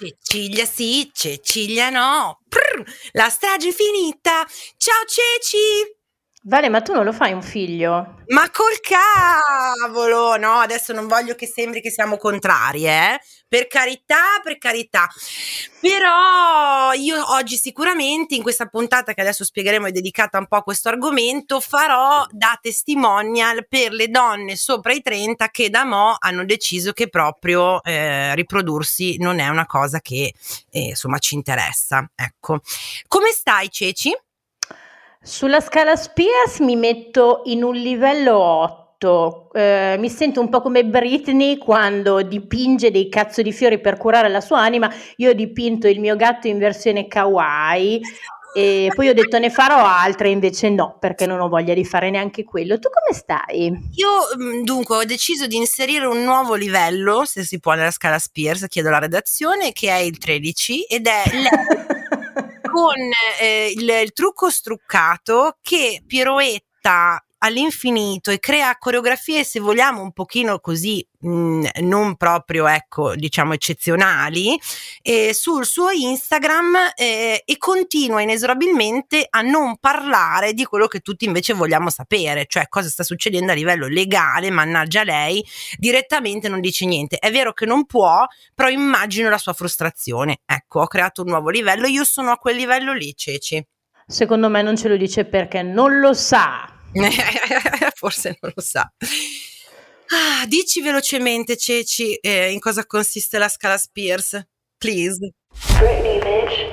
Cecilia sì, Cecilia no. Prr, la strage è finita. Ciao Ceci! Vale, ma tu non lo fai un figlio? Ma col cavolo! No, adesso non voglio che sembri che siamo contrari, eh? Per carità, per carità. Però io oggi sicuramente in questa puntata che adesso spiegheremo è dedicata un po' a questo argomento, farò da testimonial per le donne sopra i 30 che da mo' hanno deciso che proprio riprodursi non è una cosa che insomma ci interessa. Ecco. Come stai, Ceci? Sulla scala Spears mi metto in un livello 8. Mi sento un po' come Britney quando dipinge dei cazzo di fiori per curare la sua anima. Io ho dipinto il mio gatto in versione kawaii e poi ho detto ne farò altre, invece no, perché non ho voglia di fare neanche quello. Tu come stai? Io dunque ho deciso di inserire un nuovo livello, se si può, nella scala Spears, chiedo alla redazione, che è il 13 ed è lei con il trucco struccato che piroetta all'infinito e crea coreografie, se vogliamo, un pochino così non proprio, ecco, diciamo eccezionali, sul suo Instagram, e continua inesorabilmente a non parlare di quello che tutti invece vogliamo sapere, cioè cosa sta succedendo a livello legale. Mannaggia lei, direttamente non dice niente. È vero che non può, però immagino la sua frustrazione. Ecco, ho creato un nuovo livello, io sono a quel livello lì, Ceci. Secondo me non ce lo dice perché non lo sa. Forse non lo sa. Dici velocemente, Ceci, in cosa consiste la scala Spears, please. Britney, bitch.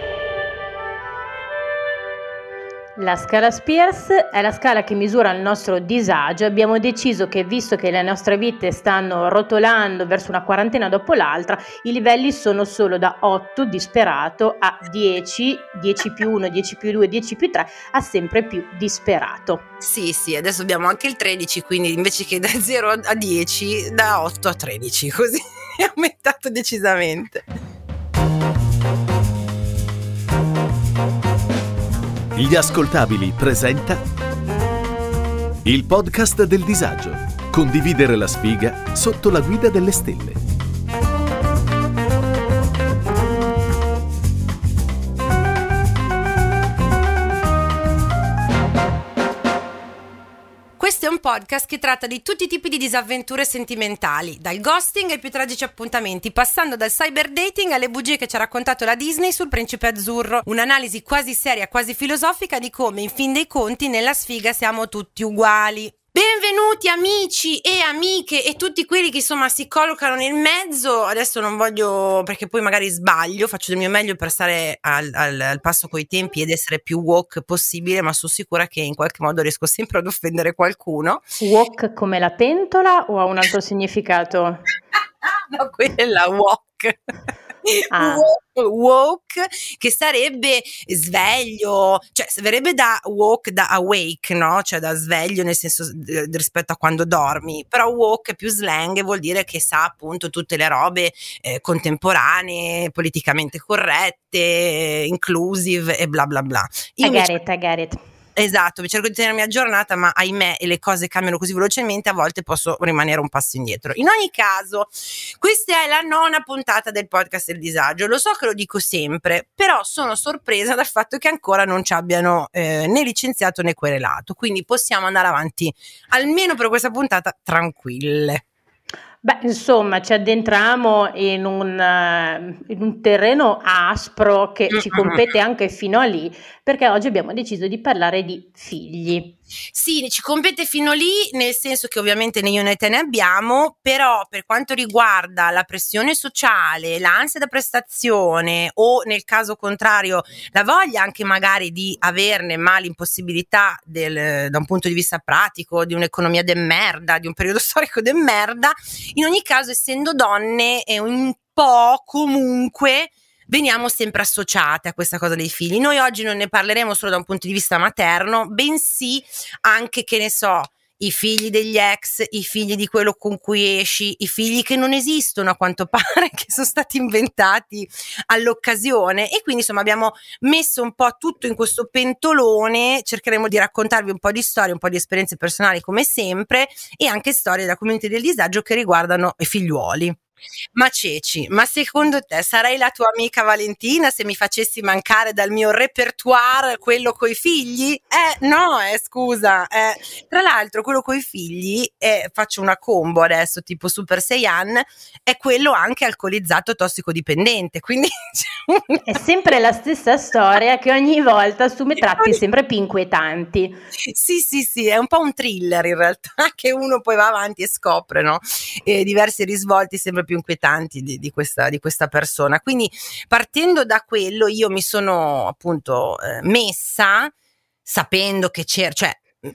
La scala Spears è la scala che misura il nostro disagio. Abbiamo deciso che, visto che le nostre vite stanno rotolando verso una quarantena dopo l'altra, i livelli sono solo da 8 disperato a 10, 10 più 1, 10 più 2, 10 più 3, a sempre più disperato. Sì, adesso abbiamo anche il 13, quindi invece che da 0 a 10, da 8 a 13, così è aumentato decisamente. Gli Ascoltabili presenta il podcast del disagio. Condividere la sfiga sotto la guida delle stelle. Questo è un podcast che tratta di tutti i tipi di disavventure sentimentali, dal ghosting ai più tragici appuntamenti, passando dal cyberdating alle bugie che ci ha raccontato la Disney sul Principe Azzurro. Un'analisi quasi seria, quasi filosofica di come, in fin dei conti, nella sfiga siamo tutti uguali. Benvenuti amici e amiche e tutti quelli che insomma si collocano nel mezzo. Adesso non voglio, perché poi magari sbaglio, faccio del mio meglio per stare al passo coi tempi ed essere più woke possibile, ma sono sicura che in qualche modo riesco sempre ad offendere qualcuno. Wok come la pentola o ha un altro significato? No, quella woke. Ah. Woke, che sarebbe sveglio, cioè verrebbe da woke, da awake, no? Cioè da sveglio nel senso rispetto a quando dormi, però woke è più slang e vuol dire che sa appunto tutte le robe contemporanee, politicamente corrette, inclusive e bla bla bla. I get it. Esatto, cerco di tenermi aggiornata, ma ahimè le cose cambiano così velocemente, a volte posso rimanere un passo indietro. In ogni caso, questa è la 9ª puntata del podcast del disagio. Lo so che lo dico sempre, però sono sorpresa dal fatto che ancora non ci abbiano né licenziato né querelato, quindi possiamo andare avanti almeno per questa puntata tranquille. Beh, insomma, ci addentriamo in un terreno aspro che ci compete anche fino a lì, perché oggi abbiamo deciso di parlare di figli. Sì, ci compete fino lì, nel senso che ovviamente né io né te ne abbiamo, però per quanto riguarda la pressione sociale, l'ansia da prestazione o nel caso contrario la voglia anche magari di averne ma l'impossibilità da un punto di vista pratico, di un'economia de merda, di un periodo storico de merda, in ogni caso essendo donne è un po' comunque veniamo sempre associate a questa cosa dei figli. Noi oggi non ne parleremo solo da un punto di vista materno, bensì anche, che ne so, i figli degli ex, i figli di quello con cui esci, i figli che non esistono a quanto pare, che sono stati inventati all'occasione, e quindi insomma abbiamo messo un po' tutto in questo pentolone. Cercheremo di raccontarvi un po' di storie, un po' di esperienze personali come sempre, e anche storie della community del disagio che riguardano i figliuoli. Ma Ceci, ma secondo te sarei la tua amica Valentina se mi facessi mancare dal mio repertoire quello coi figli? No, scusa. Tra l'altro quello coi figli, faccio una combo adesso tipo Super Saiyan, è quello anche alcolizzato tossicodipendente, quindi È sempre la stessa storia che ogni volta assume tratti sempre più inquietanti. Sì, è un po' un thriller in realtà, che uno poi va avanti e scopre, no? Diversi risvolti sempre più inquietanti di questa persona. Quindi partendo da quello io mi sono appunto messa sapendo che c'era, cioè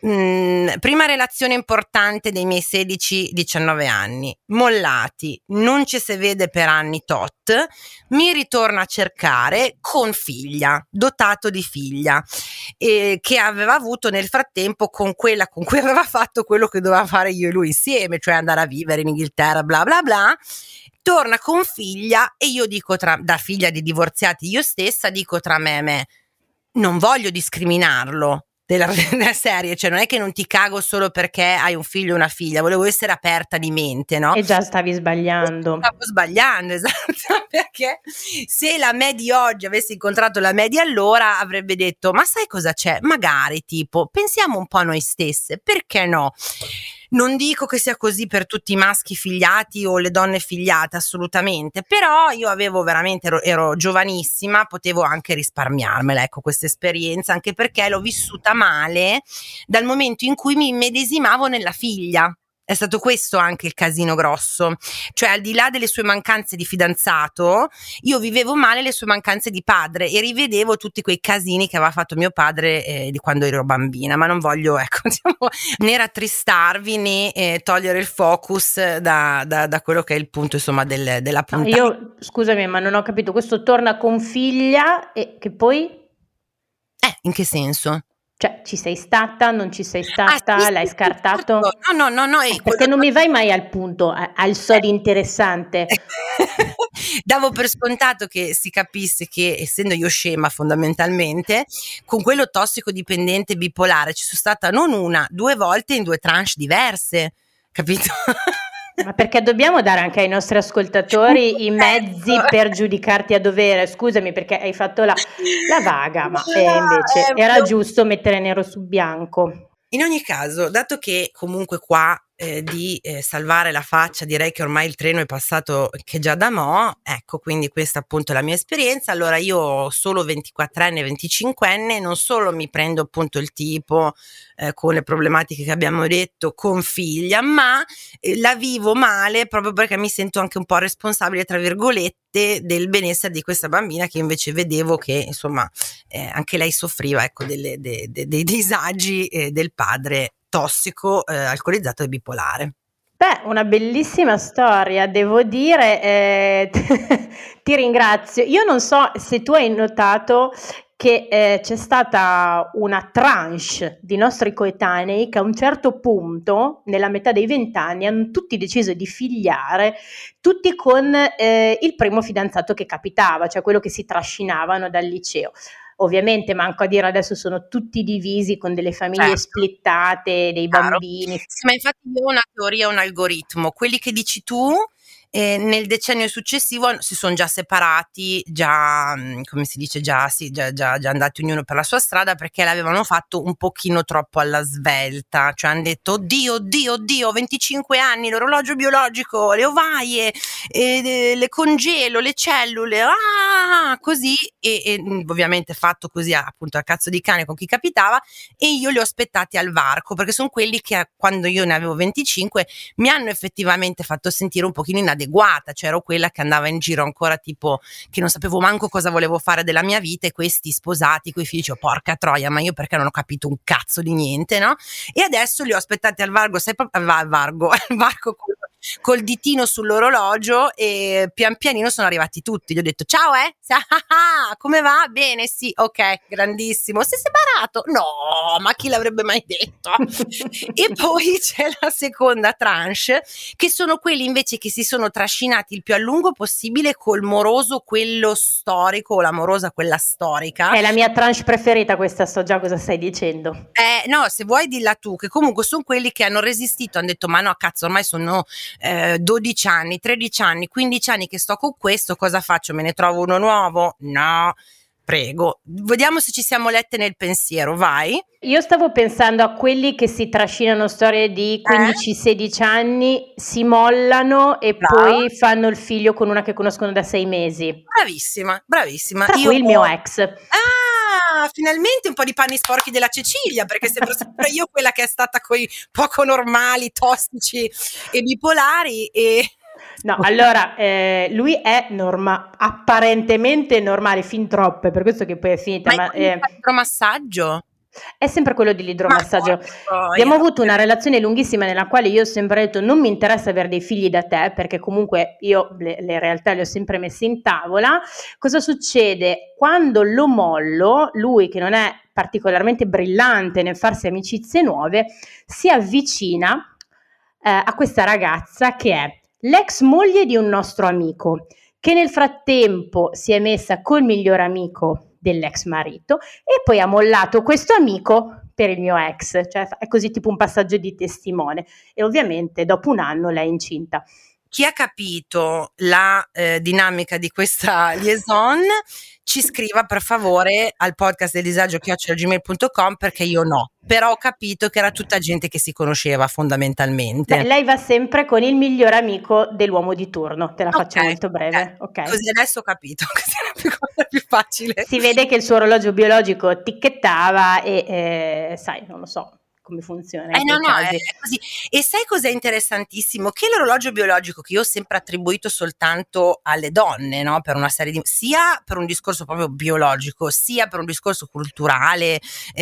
prima relazione importante dei miei 16-19 anni, mollati, non ci si vede per anni tot, mi ritorna a cercare con figlia, dotato di figlia, che aveva avuto nel frattempo con quella con cui aveva fatto quello che doveva fare io e lui insieme, cioè andare a vivere in Inghilterra, bla bla bla. Torna con figlia e io dico da figlia di divorziati io stessa, dico tra me e me, non voglio discriminarlo della serie, cioè non è che non ti cago solo perché hai un figlio o una figlia, volevo essere aperta di mente, no? E già stavi sbagliando. Stavo sbagliando, esatto, perché se la me di oggi avesse incontrato la me di allora avrebbe detto, ma sai cosa c'è? Magari tipo, pensiamo un po' a noi stesse, perché no? Non dico che sia così per tutti i maschi figliati o le donne figliate, assolutamente, però io avevo veramente, ero giovanissima, potevo anche risparmiarmela, ecco, questa esperienza, anche perché l'ho vissuta male dal momento in cui mi immedesimavo nella figlia. È stato questo anche il casino grosso, cioè al di là delle sue mancanze di fidanzato, io vivevo male le sue mancanze di padre e rivedevo tutti quei casini che aveva fatto mio padre di quando ero bambina, ma non voglio diciamo, né rattristarvi né togliere il focus da quello che è il punto insomma della puntata. Io, scusami, ma non ho capito, questo torna con figlia e che poi? In che senso? Cioè, ci sei stata, non ci sei stata, sì, l'hai scartato? No. Perché non mi vai mai al punto, al sodo interessante. Davo per scontato che si capisse che, essendo io scema fondamentalmente, con quello tossicodipendente bipolare ci sono stata non una, 2 volte in 2 tranche diverse, capito? Ma perché dobbiamo dare anche ai nostri ascoltatori i mezzi per giudicarti a dovere? Scusami, perché hai fatto la vaga, ma invece era giusto mettere nero su bianco. In ogni caso, dato che comunque qua di salvare la faccia direi che ormai il treno è passato che già da mo', ecco, quindi questa appunto è la mia esperienza. Allora io solo 24enne e 25enne, non solo mi prendo appunto il tipo con le problematiche che abbiamo detto con figlia, ma la vivo male proprio perché mi sento anche un po' responsabile tra virgolette del benessere di questa bambina, che invece vedevo che insomma anche lei soffriva, ecco, dei disagi del padre tossico, alcolizzato e bipolare. Beh, una bellissima storia, devo dire, ti ringrazio. Io non so se tu hai notato che c'è stata una tranche di nostri coetanei che a un certo punto, nella metà dei 20 anni, hanno tutti deciso di figliare, tutti con il primo fidanzato che capitava, cioè quello che si trascinavano dal liceo. Ovviamente, manco a dire, adesso sono tutti divisi con delle famiglie splittate, dei bambini. Sì, ma infatti io ho una teoria, un algoritmo. Quelli che dici tu nel decennio successivo si sono già separati, già come si dice, già andati ognuno per la sua strada, perché l'avevano fatto un pochino troppo alla svelta, cioè hanno detto oddio 25 anni, l'orologio biologico, le ovaie, le congelo, le cellule, così e ovviamente fatto così appunto a cazzo di cane con chi capitava, e io li ho aspettati al varco, perché sono quelli che quando io ne avevo 25 mi hanno effettivamente fatto sentire un pochino inadeguata, cioè ero quella che andava in giro ancora tipo che non sapevo manco cosa volevo fare della mia vita, e questi sposati coi figli, dicevo porca troia, ma io perché non ho capito un cazzo di niente, no? E adesso li ho aspettati al varco, al varco col ditino sull'orologio, e pian pianino sono arrivati tutti. Gli ho detto ciao, come va? Bene, sì, ok, grandissimo. Sei separato? No, ma chi l'avrebbe mai detto? E poi c'è la seconda tranche, che sono quelli invece che si sono trascinati il più a lungo possibile col moroso, quello storico, o la morosa, quella storica. È la mia tranche preferita questa, so già cosa stai dicendo. No, se vuoi dilla tu, che comunque sono quelli che hanno resistito, hanno detto ma no, cazzo, ormai sono 12 anni, 13 anni, 15 anni che sto con questo, cosa faccio? Me ne trovo uno nuovo? No, prego. Vediamo se ci siamo lette nel pensiero, vai. Io stavo pensando a quelli che si trascinano storie di 15-16 anni, si mollano e Brava. poi fanno il figlio con una che conoscono da 6 mesi. Bravissima, bravissima. Tra cui il mio ex. Ah, finalmente un po' di panni sporchi della Cecilia, perché sembra sempre io quella che è stata coi poco normali, tossici e bipolari e... No, allora, lui è apparentemente normale, fin troppe, per questo che poi è finita. Ma è l'idromassaggio? È sempre quello dell'idromassaggio. Abbiamo avuto una relazione lunghissima nella quale io ho sempre detto non mi interessa avere dei figli da te, perché comunque io le realtà le ho sempre messe in tavola. Cosa succede? Quando lo mollo, lui che non è particolarmente brillante nel farsi amicizie nuove, si avvicina a questa ragazza che è l'ex moglie di un nostro amico, che nel frattempo si è messa col miglior amico dell'ex marito e poi ha mollato questo amico per il mio ex, cioè è così tipo un passaggio di testimone e ovviamente dopo un anno lei è incinta. Chi ha capito la dinamica di questa liaison ci scriva per favore al podcast del disagio @gmail.com, perché io no, però ho capito che era tutta gente che si conosceva fondamentalmente. Beh, lei va sempre con il miglior amico dell'uomo di turno, te la faccio molto breve. Okay. Così adesso ho capito, così era più facile. Si vede che il suo orologio biologico ticchettava e sai, non lo so come funziona. No, è così. E sai cos'è interessantissimo? Che l'orologio biologico, che io ho sempre attribuito soltanto alle donne, no? Per una serie di, sia per un discorso proprio biologico, sia per un discorso culturale,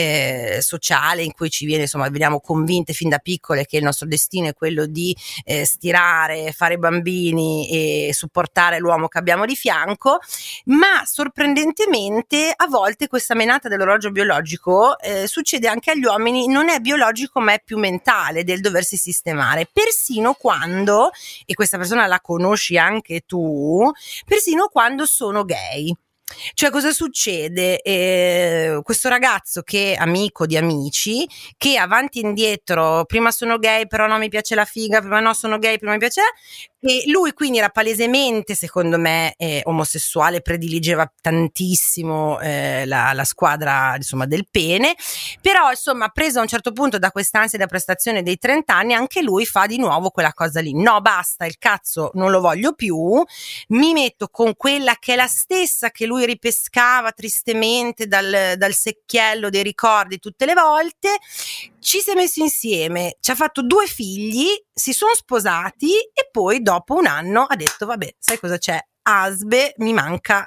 sociale, in cui ci viene, insomma, veniamo convinte fin da piccole che il nostro destino è quello di stirare, fare bambini e supportare l'uomo che abbiamo di fianco, ma sorprendentemente a volte questa menata dell'orologio biologico succede anche agli uomini, non è biologico ma è più mentale, del doversi sistemare, persino quando, e questa persona la conosci anche tu, persino quando sono gay. Cioè cosa succede? Questo ragazzo che è amico di amici, che avanti e indietro, prima sono gay però non mi piace la figa, prima no sono gay prima mi piace, e lui quindi era palesemente, secondo me, omosessuale, prediligeva tantissimo la squadra, insomma, del pene, però insomma preso a un certo punto da quest'ansia da prestazione dei 30 anni, anche lui fa di nuovo quella cosa lì: no, basta, il cazzo non lo voglio più, mi metto con quella che è la stessa che lui ripescava tristemente dal secchiello dei ricordi tutte le volte. Ci si è messo insieme, ci ha fatto 2 figli, si sono sposati e poi dopo un anno ha detto vabbè, sai cosa c'è? Asbe, mi manca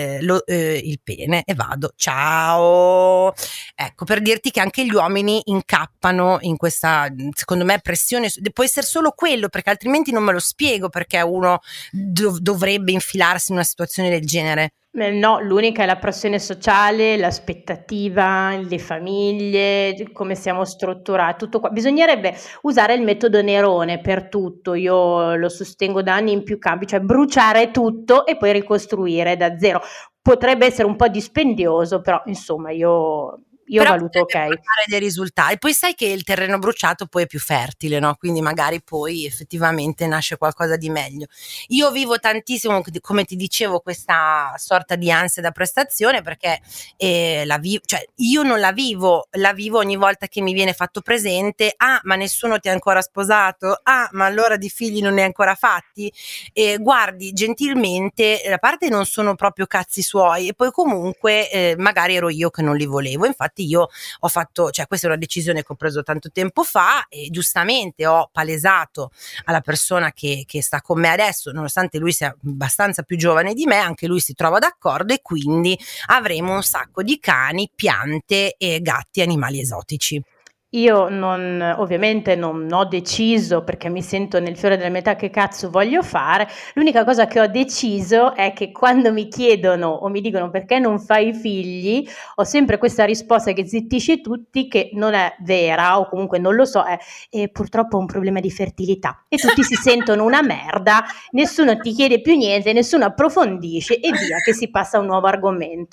il pene e vado, ciao. Ecco, per dirti che anche gli uomini incappano in questa, secondo me, pressione. Può essere solo quello, perché altrimenti non me lo spiego perché uno dovrebbe infilarsi in una situazione del genere. No, l'unica è la pressione sociale, l'aspettativa, le famiglie, come siamo strutturati, tutto qua. Bisognerebbe usare il metodo Nerone per tutto, io lo sostengo da anni in più campi, cioè bruciare tutto e poi ricostruire da zero. Potrebbe essere un po' dispendioso, però insomma io valuto ok. Fare dei risultati. Poi sai che il terreno bruciato poi è più fertile, no? Quindi magari poi effettivamente nasce qualcosa di meglio. Io vivo tantissimo, come ti dicevo, questa sorta di ansia da prestazione, perché cioè io non la vivo ogni volta che mi viene fatto presente: ah, ma nessuno ti ha ancora sposato, ah, ma allora di figli non ne hai ancora fatti, guardi, gentilmente, da parte non sono proprio cazzi suoi, e poi comunque magari ero io che non li volevo. Infatti io ho fatto, cioè questa è una decisione che ho preso tanto tempo fa e giustamente ho palesato alla persona che sta con me adesso, nonostante lui sia abbastanza più giovane di me, anche lui si trova d'accordo e quindi avremo un sacco di cani, piante e gatti, animali esotici. Io ovviamente non ho deciso, perché mi sento nel fiore della mia età che cazzo voglio fare. L'unica cosa che ho deciso è che quando mi chiedono o mi dicono perché non fai figli, ho sempre questa risposta che zittisce tutti, che non è vera, o comunque non lo so, è purtroppo un problema di fertilità. E tutti si sentono una merda, nessuno ti chiede più niente, nessuno approfondisce e via che si passa a un nuovo argomento.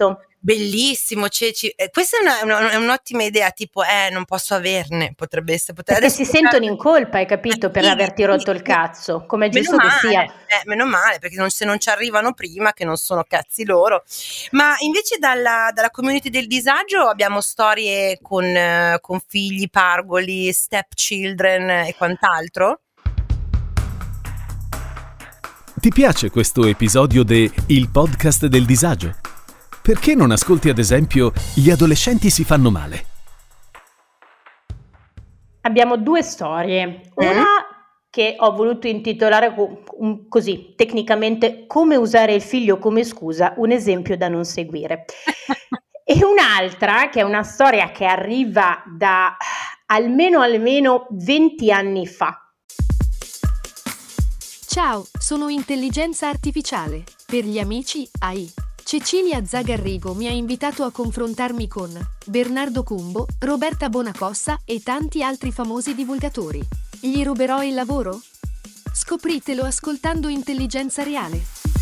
Bellissimo, Ceci. Questa è un'ottima idea, tipo, non posso averne, potrebbe essere. Perché si sentono in colpa, hai capito, per Sì, averti rotto il sì. cazzo, come è Meno giusto che sia. meno male, perché se non ci arrivano prima, che non sono cazzi loro. Ma invece dalla community del disagio abbiamo storie con figli, pargoli, stepchildren e quant'altro? Ti piace questo episodio de Il podcast del disagio? Perché non ascolti ad esempio Gli adolescenti si fanno male? Abbiamo 2 storie. Una che ho voluto intitolare così, tecnicamente, come usare il figlio come scusa, un esempio da non seguire. E un'altra che è una storia che arriva da almeno 20 anni fa. Ciao, sono intelligenza artificiale. Per gli amici, AI. Cecilia Zagarrigo mi ha invitato a confrontarmi con Bernardo Cumbo, Roberta Bonacossa e tanti altri famosi divulgatori. Gli ruberò il lavoro? Scopritelo ascoltando Intelligenza Reale.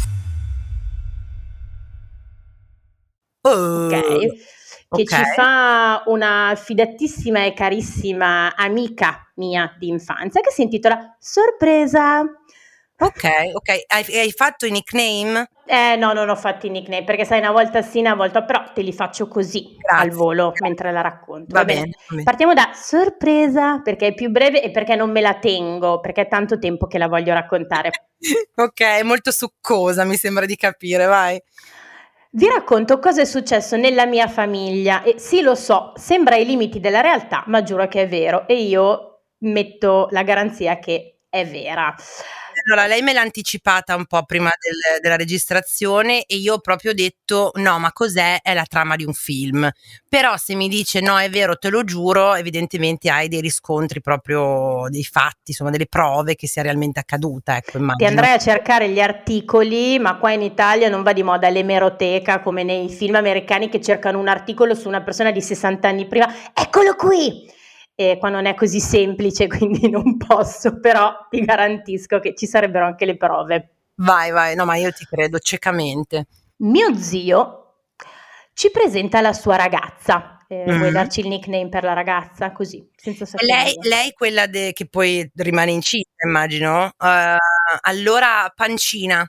Che ci fa una fidatissima e carissima amica mia di infanzia che si intitola Sorpresa. Ok. Hai fatto i nickname? No, non ho fatto i nickname perché sai, una volta sì, una volta, però te li faccio così. Grazie. Al volo mentre la racconto. Va bene. Partiamo da sorpresa perché è più breve e perché non me la tengo, perché è tanto tempo che la voglio raccontare. Ok, è molto succosa, mi sembra di capire, vai. Vi racconto cosa è successo nella mia famiglia e sì, lo so, sembra ai limiti della realtà, ma giuro che è vero e io metto la garanzia che è vera. Allora, lei me l'ha anticipata un po' prima della registrazione e io ho proprio detto no, ma cos'è? È la trama di un film. Però se mi dice no, è vero, te lo giuro, evidentemente hai dei riscontri proprio, dei fatti, insomma delle prove che sia realmente accaduta, ecco, immagino. Ti andrai a cercare gli articoli, ma qua in Italia non va di moda l'emeroteca come nei film americani che cercano un articolo su una persona di 60 anni prima. Eccolo qui! E qua non è così semplice, quindi non posso, però ti garantisco che ci sarebbero anche le prove. Vai, no, ma io ti credo ciecamente. Mio zio ci presenta la sua ragazza. Vuoi darci il nickname per la ragazza? Così, senza sapere. Lei quella che poi rimane incinta, immagino. Allora, Pancina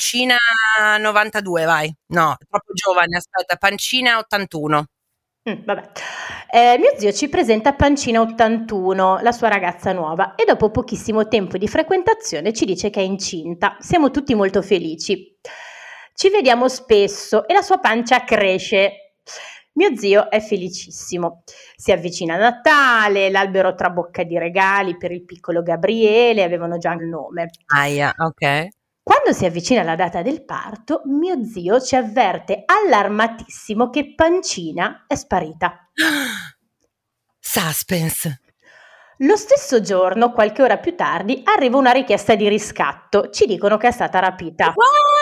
92, vai. No, è troppo giovane, aspetta, Pancina 81. Vabbè. Mio zio ci presenta Pancina 81, la sua ragazza nuova, e dopo pochissimo tempo di frequentazione ci dice che è incinta. Siamo tutti molto felici. Ci vediamo spesso e la sua pancia cresce. Mio zio è felicissimo. Si avvicina Natale, l'albero trabocca di regali per il piccolo Gabriele, avevano già il nome. Aia, ok. Quando si avvicina la data del parto, mio zio ci avverte allarmatissimo che Pancina è sparita. Suspense. Lo stesso giorno, qualche ora più tardi, arriva una richiesta di riscatto. Ci dicono che è stata rapita.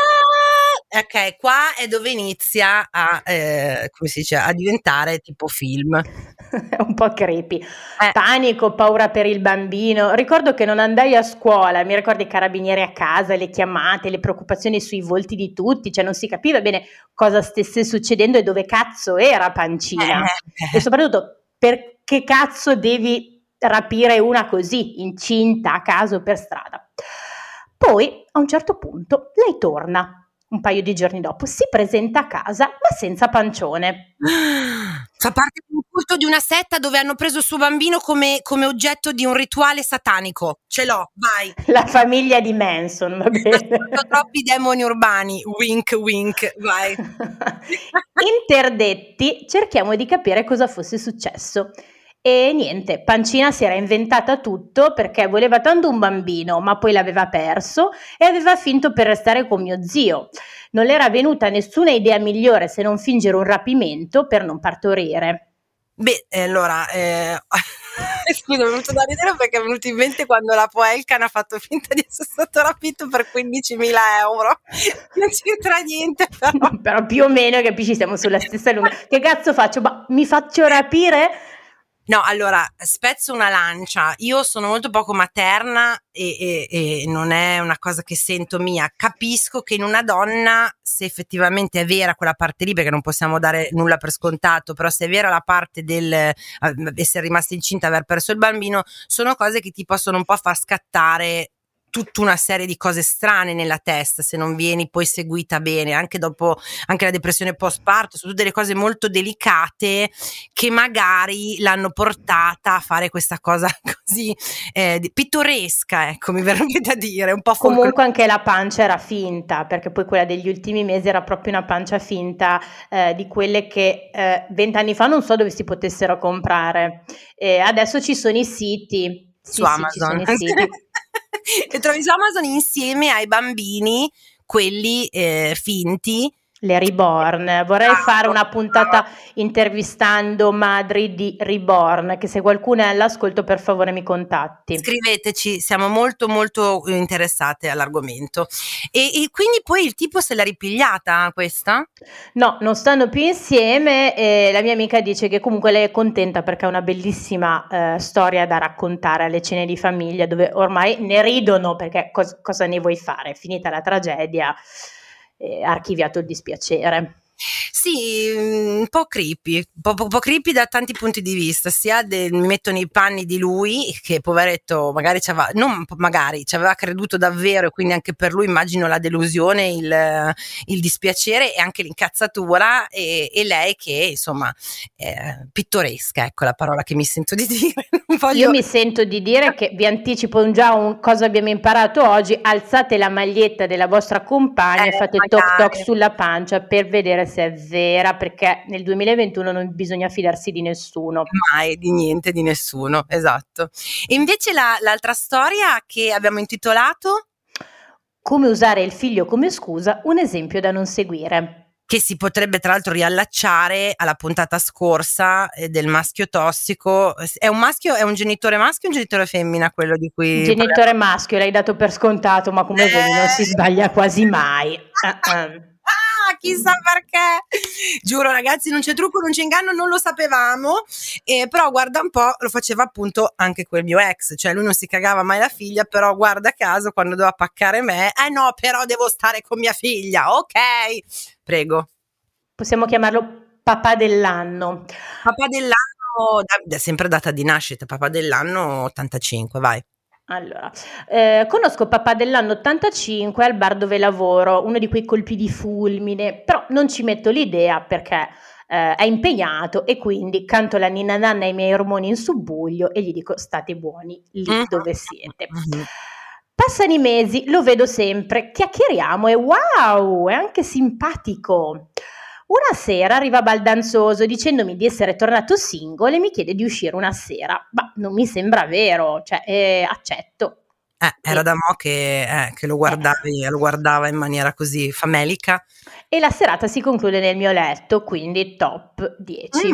Ok, qua è dove inizia a, come si dice, a diventare tipo film. È un po' creepy. Panico, paura per il bambino. Ricordo che non andai a scuola, mi ricordo i carabinieri a casa, le chiamate, le preoccupazioni sui volti di tutti, cioè non si capiva bene cosa stesse succedendo e dove cazzo era Pancina. E soprattutto, perché cazzo devi rapire una così, incinta, a caso, per strada? Poi, a un certo punto, lei torna. Un paio di giorni dopo si presenta a casa ma senza pancione. Fa parte di un culto di una setta dove hanno preso il suo bambino come oggetto di un rituale satanico. Ce l'ho, vai. La famiglia di Manson, va bene. Sono troppi demoni urbani, wink wink, vai. Interdetti, cerchiamo di capire cosa fosse successo. E niente, Pancina si era inventata tutto perché voleva tanto un bambino, ma poi l'aveva perso e aveva finto per restare con mio zio. Non le era venuta nessuna idea migliore se non fingere un rapimento per non partorire. Beh, allora, scusa, mi è venuto da ridere perché è venuto in mente quando la Poelcan ha fatto finta di essere stato rapito per 15.000 euro. Non c'entra niente, però. Però più o meno, capisci, siamo sulla stessa lunghezza. Che cazzo faccio? Ma mi faccio rapire? No, allora, spezzo una lancia. Io sono molto poco materna e non è una cosa che sento mia. Capisco che in una donna, se effettivamente è vera quella parte lì, perché non possiamo dare nulla per scontato, però se è vera la parte del essere rimasta incinta, aver perso il bambino, sono cose che ti possono un po' far scattare tutta una serie di cose strane nella testa se non vieni poi seguita bene, anche dopo, anche la depressione postparto, sono tutte delle cose molto delicate che magari l'hanno portata a fare questa cosa così pittoresca, ecco, mi verrebbe da dire, un po' Comunque anche la pancia era finta, perché poi quella degli ultimi mesi era proprio una pancia finta, di quelle che 20 anni fa non so dove si potessero comprare. Adesso ci sono i siti. su Sì, ci sono Amazon. i siti. E trovi su Amazon insieme ai bambini, quelli finti. Le Reborn. Vorrei fare una puntata intervistando madri di Reborn, che se qualcuno è all'ascolto per favore mi contatti. Scriveteci, siamo molto molto interessate all'argomento. E quindi poi il tipo se l'ha ripigliata questa? No, non stanno più insieme e la mia amica dice che comunque lei è contenta perché è una bellissima storia da raccontare alle cene di famiglia, dove ormai ne ridono perché cosa ne vuoi fare? È finita la tragedia, archiviato il dispiacere. Sì, un po' creepy, un po' creepy da tanti punti di vista, sia mi metto nei panni di lui, che poveretto magari ci aveva creduto davvero e quindi anche per lui immagino la delusione, il dispiacere e anche l'incazzatura e lei che insomma pittoresca, ecco la parola che mi sento di dire. Io mi sento di dire che vi anticipo già cosa abbiamo imparato oggi: alzate la maglietta della vostra compagna e fate toc toc sulla pancia per vedere se è vera, perché nel 2021 non bisogna fidarsi di nessuno. Mai, di niente, di nessuno, esatto. E invece l'altra storia che abbiamo intitolato? Come usare il figlio come scusa, un esempio da non seguire. Che si potrebbe tra l'altro riallacciare alla puntata scorsa del maschio tossico. È un genitore maschio o un genitore femmina quello di cui genitore maschio, l'hai dato per scontato, ma come vedi non si sbaglia quasi mai. Chissà perché, giuro ragazzi, non c'è trucco, non c'è inganno, non lo sapevamo, però guarda un po', lo faceva appunto anche quel mio ex, cioè lui non si cagava mai la figlia, però guarda caso quando doveva paccare me, no però devo stare con mia figlia, ok, prego. Possiamo chiamarlo papà dell'anno. Papà dell'anno, sempre data di nascita, papà dell'anno 85, vai. Allora, conosco papà dell'anno 85 al bar dove lavoro, uno di quei colpi di fulmine, però non ci metto l'idea perché è impegnato e quindi canto la ninna nanna ai miei ormoni in subbuglio e gli dico state buoni lì dove siete. Passano i mesi, lo vedo sempre, chiacchieriamo e wow, è anche simpatico. Una sera arriva baldanzoso dicendomi di essere tornato single e mi chiede di uscire una sera. Ma non mi sembra vero, cioè accetto. Era da mo' che lo guardava in maniera così famelica. E la serata si conclude nel mio letto, quindi top 10.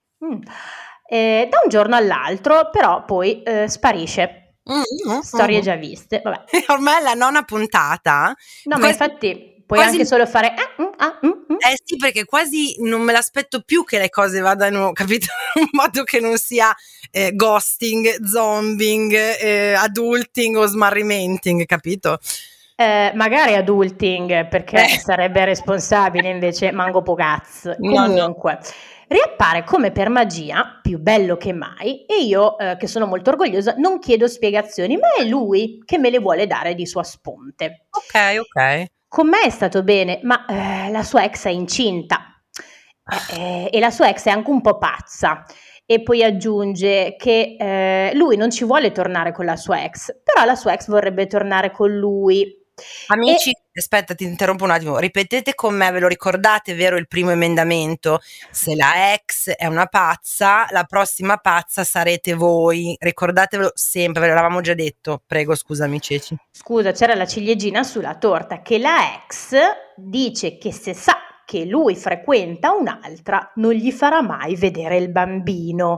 Da un giorno all'altro, però poi sparisce. Storie già viste, vabbè. Ormai è la nona puntata. No, ma infatti puoi anche solo fare sì, perché quasi non me l'aspetto più che le cose vadano, capito? In modo che non sia ghosting, zombing, adulting o smarrimenting, capito? Magari adulting, perché sarebbe responsabile, invece mango pogaz. Comunque, riappare come per magia, più bello che mai, e io, che sono molto orgogliosa, non chiedo spiegazioni, ma è lui che me le vuole dare di sua sponte. Ok. Con me è stato bene, ma la sua ex è incinta e la sua ex è anche un po' pazza. E poi aggiunge che lui non ci vuole tornare con la sua ex, però la sua ex vorrebbe tornare con lui. Amici, aspetta, ti interrompo un attimo, ripetete con me, ve lo ricordate, vero, il primo emendamento? Se la ex è una pazza, la prossima pazza sarete voi, ricordatevelo sempre, ve l'avevamo già detto, prego, scusami Ceci. Scusa, c'era la ciliegina sulla torta, che la ex dice che se sa che lui frequenta un'altra non gli farà mai vedere il bambino.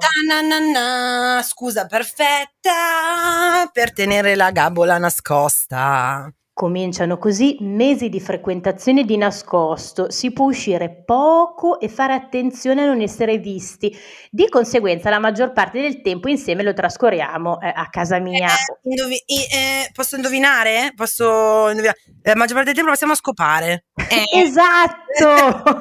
Scusa perfetta per tenere la gabola nascosta. Cominciano così mesi di frequentazione di nascosto, si può uscire poco e fare attenzione a non essere visti. Di conseguenza la maggior parte del tempo insieme lo trascorriamo a casa mia. Posso indovinare? Posso indovinare? La maggior parte del tempo passiamo a scopare. Esatto!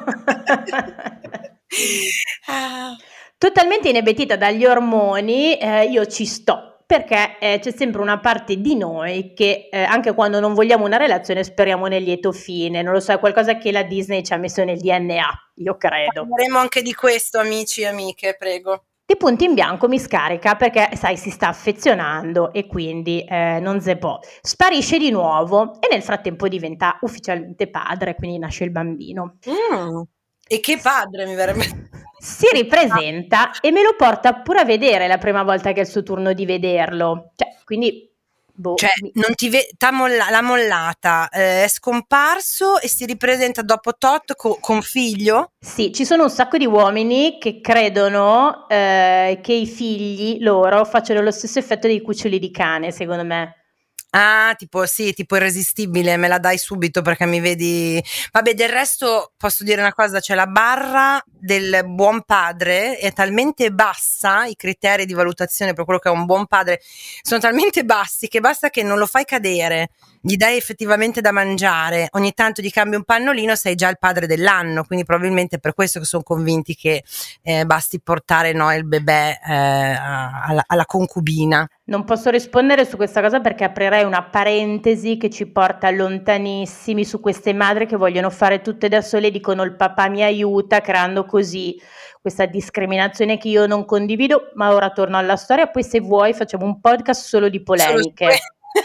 Ah. Totalmente inebetita dagli ormoni, io ci sto. Perché c'è sempre una parte di noi che anche quando non vogliamo una relazione speriamo nel lieto fine, non lo so, è qualcosa che la Disney ci ha messo nel DNA, io credo. Parleremo anche di questo, amici e amiche, prego. Di punto in bianco mi scarica perché, sai, si sta affezionando e quindi non se può. Sparisce di nuovo e nel frattempo diventa ufficialmente padre, quindi nasce il bambino. E che padre, mi verrebbe. Si ripresenta e me lo porta pure a vedere la prima volta che è il suo turno di vederlo. Quindi non ti l'ha mollata, è scomparso e si ripresenta dopo tot con figlio? Sì, ci sono un sacco di uomini che credono che i figli loro facciano lo stesso effetto dei cuccioli di cane, secondo me. Ah, tipo Irresistibile, me la dai subito perché mi vedi. Vabbè, del resto posso dire una cosa, cioè la barra del buon padre è talmente bassa, i criteri di valutazione per quello che è un buon padre sono talmente bassi che basta che non lo fai cadere, gli dai effettivamente da mangiare, ogni tanto gli cambi un pannolino, sei già il padre dell'anno, quindi probabilmente è per questo che sono convinti che basti portare il bebè alla concubina. Non posso rispondere su questa cosa perché aprirei una parentesi che ci porta lontanissimi su queste madri che vogliono fare tutte da sole e dicono il papà mi aiuta, creando così questa discriminazione che io non condivido, ma ora torno alla storia, poi se vuoi facciamo un podcast solo di polemiche.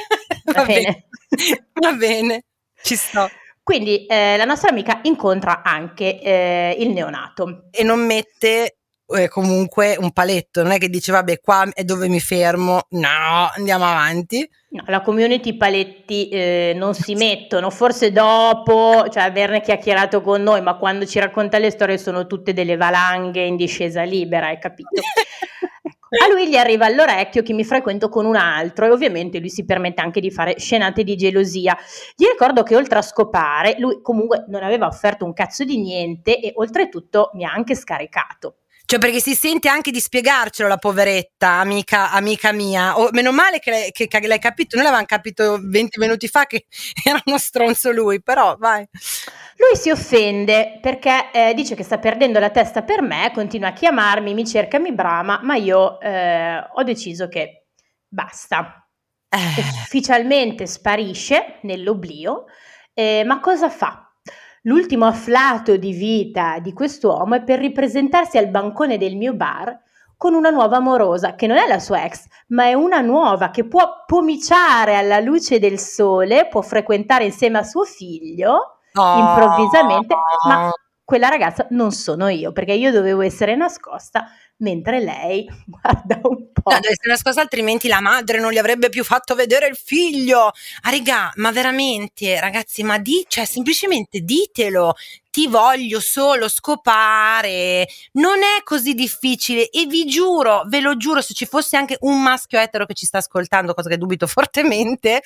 Va bene, ci sto. Quindi la nostra amica incontra anche il neonato. E non mette comunque un paletto, non è che dice vabbè qua è dove mi fermo, no, andiamo avanti. No, la community paletti non si mettono, forse dopo, cioè averne chiacchierato con noi, ma quando ci racconta le storie sono tutte delle valanghe in discesa libera, hai capito? A lui gli arriva all'orecchio che mi frequento con un altro e ovviamente lui si permette anche di fare scenate di gelosia. Gli ricordo che oltre a scopare, lui comunque non aveva offerto un cazzo di niente e oltretutto mi ha anche scaricato. Cioè perché si sente anche di spiegarcelo la poveretta, amica mia. Meno male che l'hai capito, noi l'avevamo capito 20 minuti fa che era uno stronzo lui, però vai. Lui si offende perché dice che sta perdendo la testa per me, continua a chiamarmi, mi cerca, mi brama, ma io ho deciso che basta. Ufficialmente sparisce nell'oblio, ma cosa fa? L'ultimo afflato di vita di quest'uomo è per ripresentarsi al bancone del mio bar con una nuova amorosa, che non è la sua ex, ma è una nuova che può pomiciare alla luce del sole, può frequentare insieme a suo figlio improvvisamente, ma quella ragazza non sono io, perché io dovevo essere nascosta, mentre lei, guarda un po'. No, deve essere nascosta, altrimenti la madre non gli avrebbe più fatto vedere il figlio. Raga, ma veramente, ragazzi, cioè semplicemente ditelo, ti voglio solo scopare, non è così difficile e vi giuro, ve lo giuro, se ci fosse anche un maschio etero che ci sta ascoltando, cosa che dubito fortemente,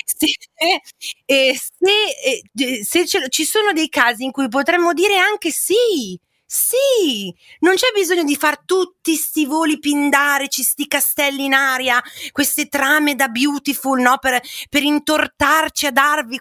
ci sono dei casi in cui potremmo dire anche sì, non c'è bisogno di far tutti sti voli pindarici, sti castelli in aria, queste trame da Beautiful, no? Per intortarci a darvi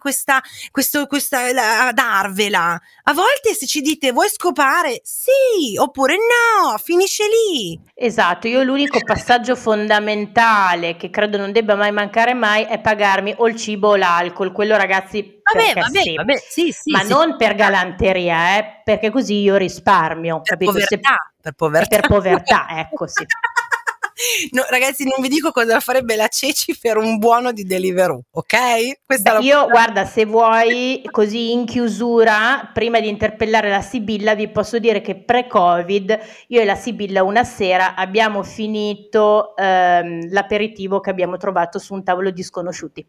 a darvela. A volte se ci dite vuoi scopare? Sì, oppure no, finisce lì. Esatto, io l'unico passaggio fondamentale che credo non debba mai mancare mai è pagarmi o il cibo o l'alcol, quello ragazzi Vabbè, sì, ma non per galanteria, perché così io risparmio, per capito? Per povertà. Per povertà, ecco, sì. No, ragazzi, non vi dico cosa farebbe la Ceci per un buono di Deliveroo, ok? Io, guarda, se vuoi, così in chiusura, prima di interpellare la Sibilla, vi posso dire che pre-Covid, io e la Sibilla una sera abbiamo finito l'aperitivo che abbiamo trovato su un tavolo di sconosciuti.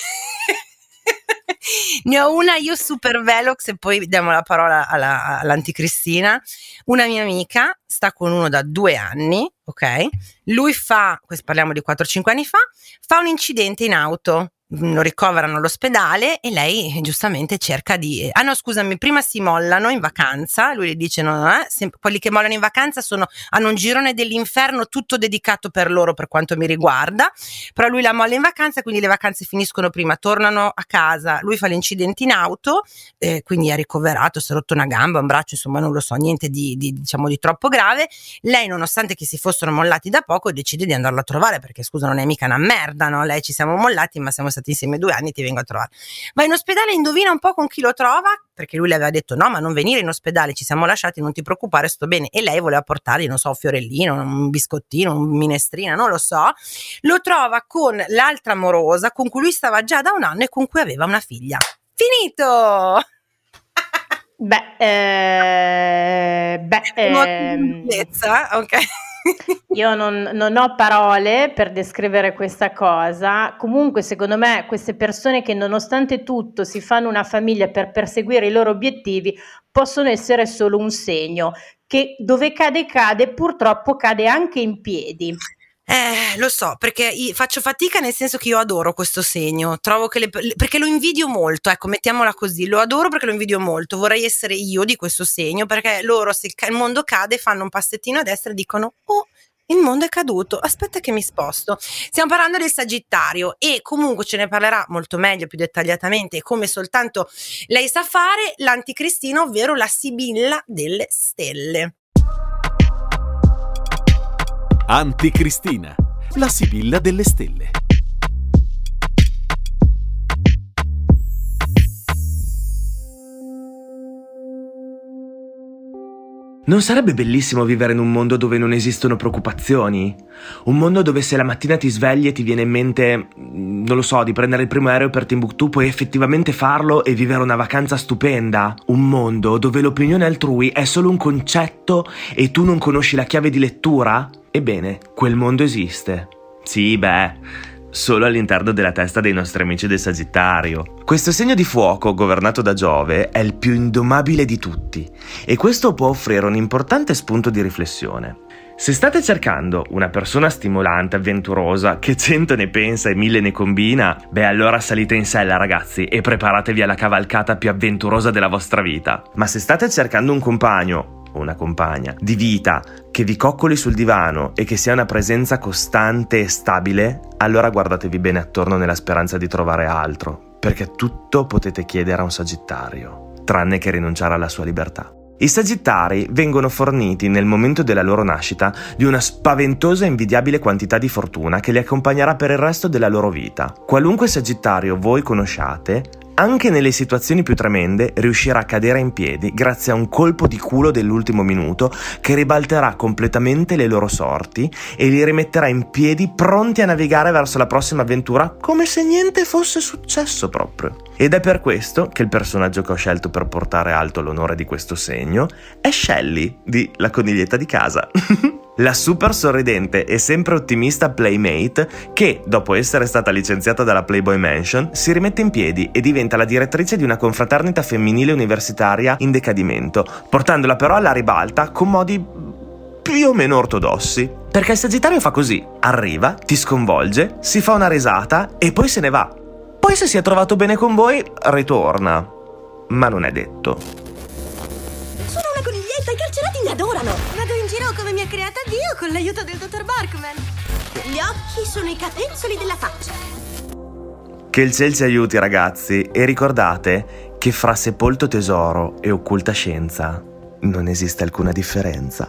Ne ho una io super velox e poi diamo la parola all'anticristina. Una mia amica sta con uno da 2 anni, ok? Lui parliamo di 4-5 anni fa, fa un incidente in auto, lo ricoverano all'ospedale e lei giustamente cerca di... Ah no, scusami, prima si mollano in vacanza, lui le dice no, quelli che mollano in vacanza hanno un girone dell'inferno tutto dedicato per loro per quanto mi riguarda, però lui la molla in vacanza, quindi le vacanze finiscono prima, tornano a casa, lui fa l'incidente in auto, quindi è ricoverato, si è rotto una gamba, un braccio, insomma non lo so, niente diciamo di troppo grave. Lei, nonostante che si fossero mollati da poco, decide di andarlo a trovare, perché scusa, non è mica una merda, no? Lei, ci siamo mollati ma siamo stati insieme 2 anni, ti vengo a trovare. Va in ospedale, indovina un po' con chi lo trova, perché lui le aveva detto no, ma non venire in ospedale, ci siamo lasciati, non ti preoccupare, sto bene, e lei voleva portargli, non so, un fiorellino, un biscottino, un minestrina, non lo so. Lo trova con l'altra amorosa con cui lui stava già da 1 anno e con cui aveva una figlia. Finito! Ok. Io non ho parole per descrivere questa cosa. Comunque, secondo me, queste persone che nonostante tutto si fanno una famiglia per perseguire i loro obiettivi possono essere solo un segno che dove cade, purtroppo cade anche in piedi. Lo so, perché faccio fatica, nel senso che io adoro questo segno, trovo che perché lo invidio molto, ecco, mettiamola così, lo adoro perché lo invidio molto, vorrei essere io di questo segno, perché loro, se il mondo cade, fanno un passettino a destra e dicono oh, il mondo è caduto, aspetta che mi sposto. Stiamo parlando del Sagittario e comunque ce ne parlerà molto meglio, più dettagliatamente, come soltanto lei sa fare, l'anticristina, ovvero la Sibilla delle stelle. Anticristina, la Sibilla delle stelle. Non sarebbe bellissimo vivere in un mondo dove non esistono preoccupazioni? Un mondo dove se la mattina ti svegli e ti viene in mente, non lo so, di prendere il primo aereo per Timbuktu, puoi effettivamente farlo e vivere una vacanza stupenda? Un mondo dove l'opinione altrui è solo un concetto e tu non conosci la chiave di lettura? Ebbene, quel mondo esiste. Sì, solo all'interno della testa dei nostri amici del Sagittario. Questo segno di fuoco, governato da Giove, è il più indomabile di tutti e questo può offrire un importante spunto di riflessione. Se state cercando una persona stimolante, avventurosa, che 100 ne pensa e 1000 ne combina, allora salite in sella ragazzi e preparatevi alla cavalcata più avventurosa della vostra vita. Ma se state cercando un compagno o una compagna di vita che vi coccoli sul divano e che sia una presenza costante e stabile, allora guardatevi bene attorno nella speranza di trovare altro, perché tutto potete chiedere a un Sagittario, tranne che rinunciare alla sua libertà. I Sagittari vengono forniti nel momento della loro nascita di una spaventosa e invidiabile quantità di fortuna che li accompagnerà per il resto della loro vita. Qualunque Sagittario voi conosciate, anche nelle situazioni più tremende, riuscirà a cadere in piedi grazie a un colpo di culo dell'ultimo minuto che ribalterà completamente le loro sorti e li rimetterà in piedi pronti a navigare verso la prossima avventura come se niente fosse successo proprio. Ed è per questo che il personaggio che ho scelto per portare alto l'onore di questo segno è Shelly di La coniglietta di casa. La super sorridente e sempre ottimista playmate che, dopo essere stata licenziata dalla Playboy Mansion, si rimette in piedi e diventa la direttrice di una confraternita femminile universitaria in decadimento, portandola però alla ribalta con modi più o meno ortodossi. Perché il Sagittario fa così: arriva, ti sconvolge, si fa una risata e poi se ne va. Poi se si è trovato bene con voi, ritorna. Ma non è detto. Sono una coniglietta, i carcerati mi adorano. Vado in giro come mi ha creata Dio con l'aiuto del dottor Barkman. Gli occhi sono i capezzoli della faccia. Che il ciel ci aiuti ragazzi e ricordate che fra sepolto tesoro e occulta scienza non esiste alcuna differenza.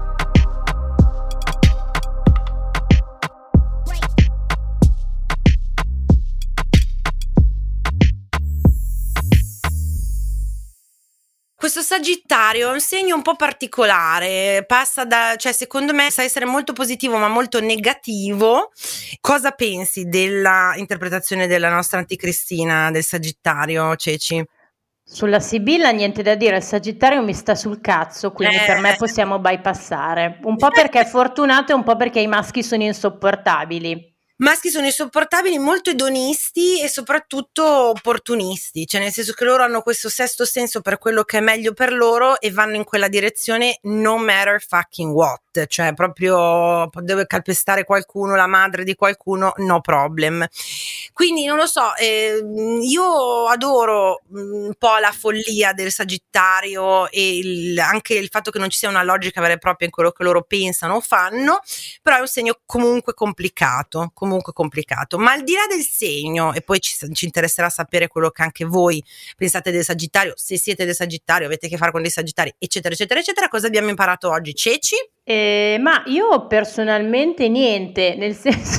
Questo Sagittario è un segno un po' particolare, passa cioè secondo me sa essere molto positivo ma molto negativo. Cosa pensi della interpretazione della nostra anticristina del Sagittario, Ceci? Sulla Sibilla niente da dire, il Sagittario mi sta sul cazzo, quindi per me possiamo bypassare. Un po' perché è fortunato e un po' perché i maschi sono insopportabili. Maschi sono insopportabili, molto edonisti e soprattutto opportunisti, cioè nel senso che loro hanno questo sesto senso per quello che è meglio per loro e vanno in quella direzione no matter fucking what. it, cioè proprio deve calpestare qualcuno, la madre di qualcuno, no problem. Quindi non lo so, io adoro un po' la follia del Sagittario e anche il fatto che non ci sia una logica vera e propria in quello che loro pensano o fanno, però è un segno comunque complicato, ma al di là del segno, e poi ci interesserà sapere quello che anche voi pensate del Sagittario, se siete del Sagittario, avete a che fare con dei Sagittari, eccetera eccetera eccetera. Cosa abbiamo imparato oggi, Ceci? Ma io personalmente niente, nel senso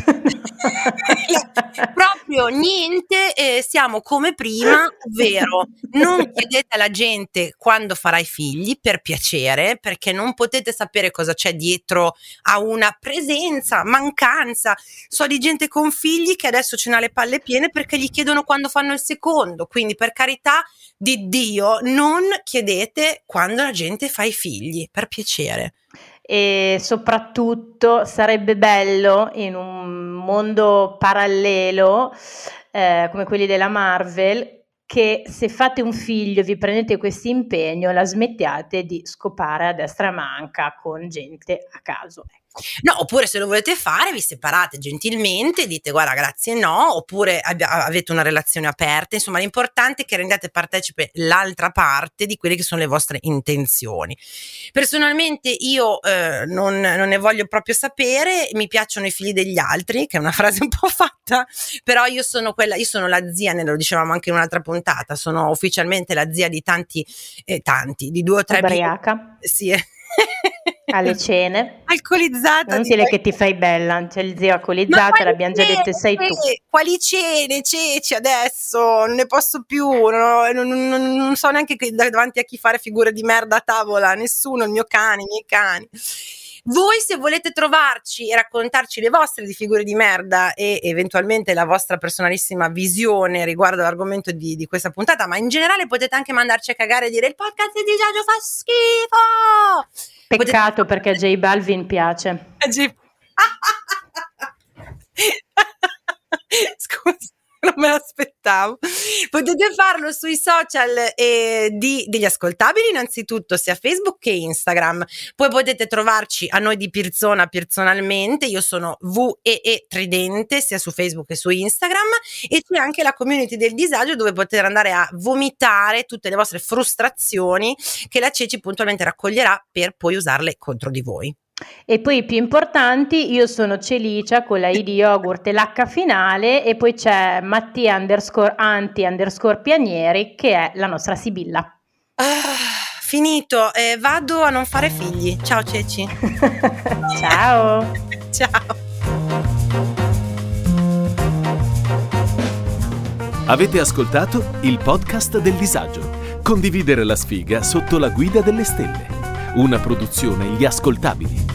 proprio niente, siamo come prima, ovvero non chiedete alla gente quando farai figli, per piacere, perché non potete sapere cosa c'è dietro a una presenza, mancanza. So di gente con figli che adesso ce n'ha le palle piene perché gli chiedono quando fanno il secondo, quindi per carità di Dio non chiedete quando la gente fa i figli, per piacere. E soprattutto sarebbe bello in un mondo parallelo come quelli della Marvel, che se fate un figlio, vi prendete questo impegno, la smettiate di scopare a destra e a manca con gente a caso. No, oppure se lo volete fare vi separate gentilmente, dite guarda grazie no, oppure avete una relazione aperta, insomma l'importante è che rendiate partecipe l'altra parte di quelle che sono le vostre intenzioni. Personalmente io non ne voglio proprio sapere, mi piacciono i figli degli altri, che è una frase un po' fatta, però io sono la zia, ne lo dicevamo anche in un'altra puntata, sono ufficialmente la zia di tanti, di 2 o 3 ubriaca. Sì. Alle cene alcolizzata, non dire che ti fai bella, c'è il zio alcolizzato, l'abbiamo già detto, sei tu. Quali cene, Ceci, adesso non ne posso più, non so neanche davanti a chi fare figure di merda a tavola, nessuno, i miei cani. Voi se volete trovarci e raccontarci le vostre di figure di merda e eventualmente la vostra personalissima visione riguardo all'argomento di questa puntata, ma in generale potete anche mandarci a cagare e dire il podcast di Disagio fa schifo. Peccato perché a J Balvin piace. Scusa, non me l'aspettavo. Potete farlo sui social degli ascoltabili, innanzitutto sia Facebook che Instagram. Poi potete trovarci a noi di Pirzona personalmente, io sono VEE Tridente sia su Facebook che su Instagram, e c'è anche la community del disagio dove potete andare a vomitare tutte le vostre frustrazioni che la Ceci puntualmente raccoglierà per poi usarle contro di voi. E poi i più importanti, io sono Celicia con la I di yogurt e l'H finale, e poi c'è Mattia_Anti_Pianieri che è la nostra Sibilla. Finito, vado a non fare figli. Ciao Ceci. Ciao. Ciao. Avete ascoltato il podcast del disagio. Condividere la sfiga sotto la guida delle stelle. Una produzione Gli Ascoltabili.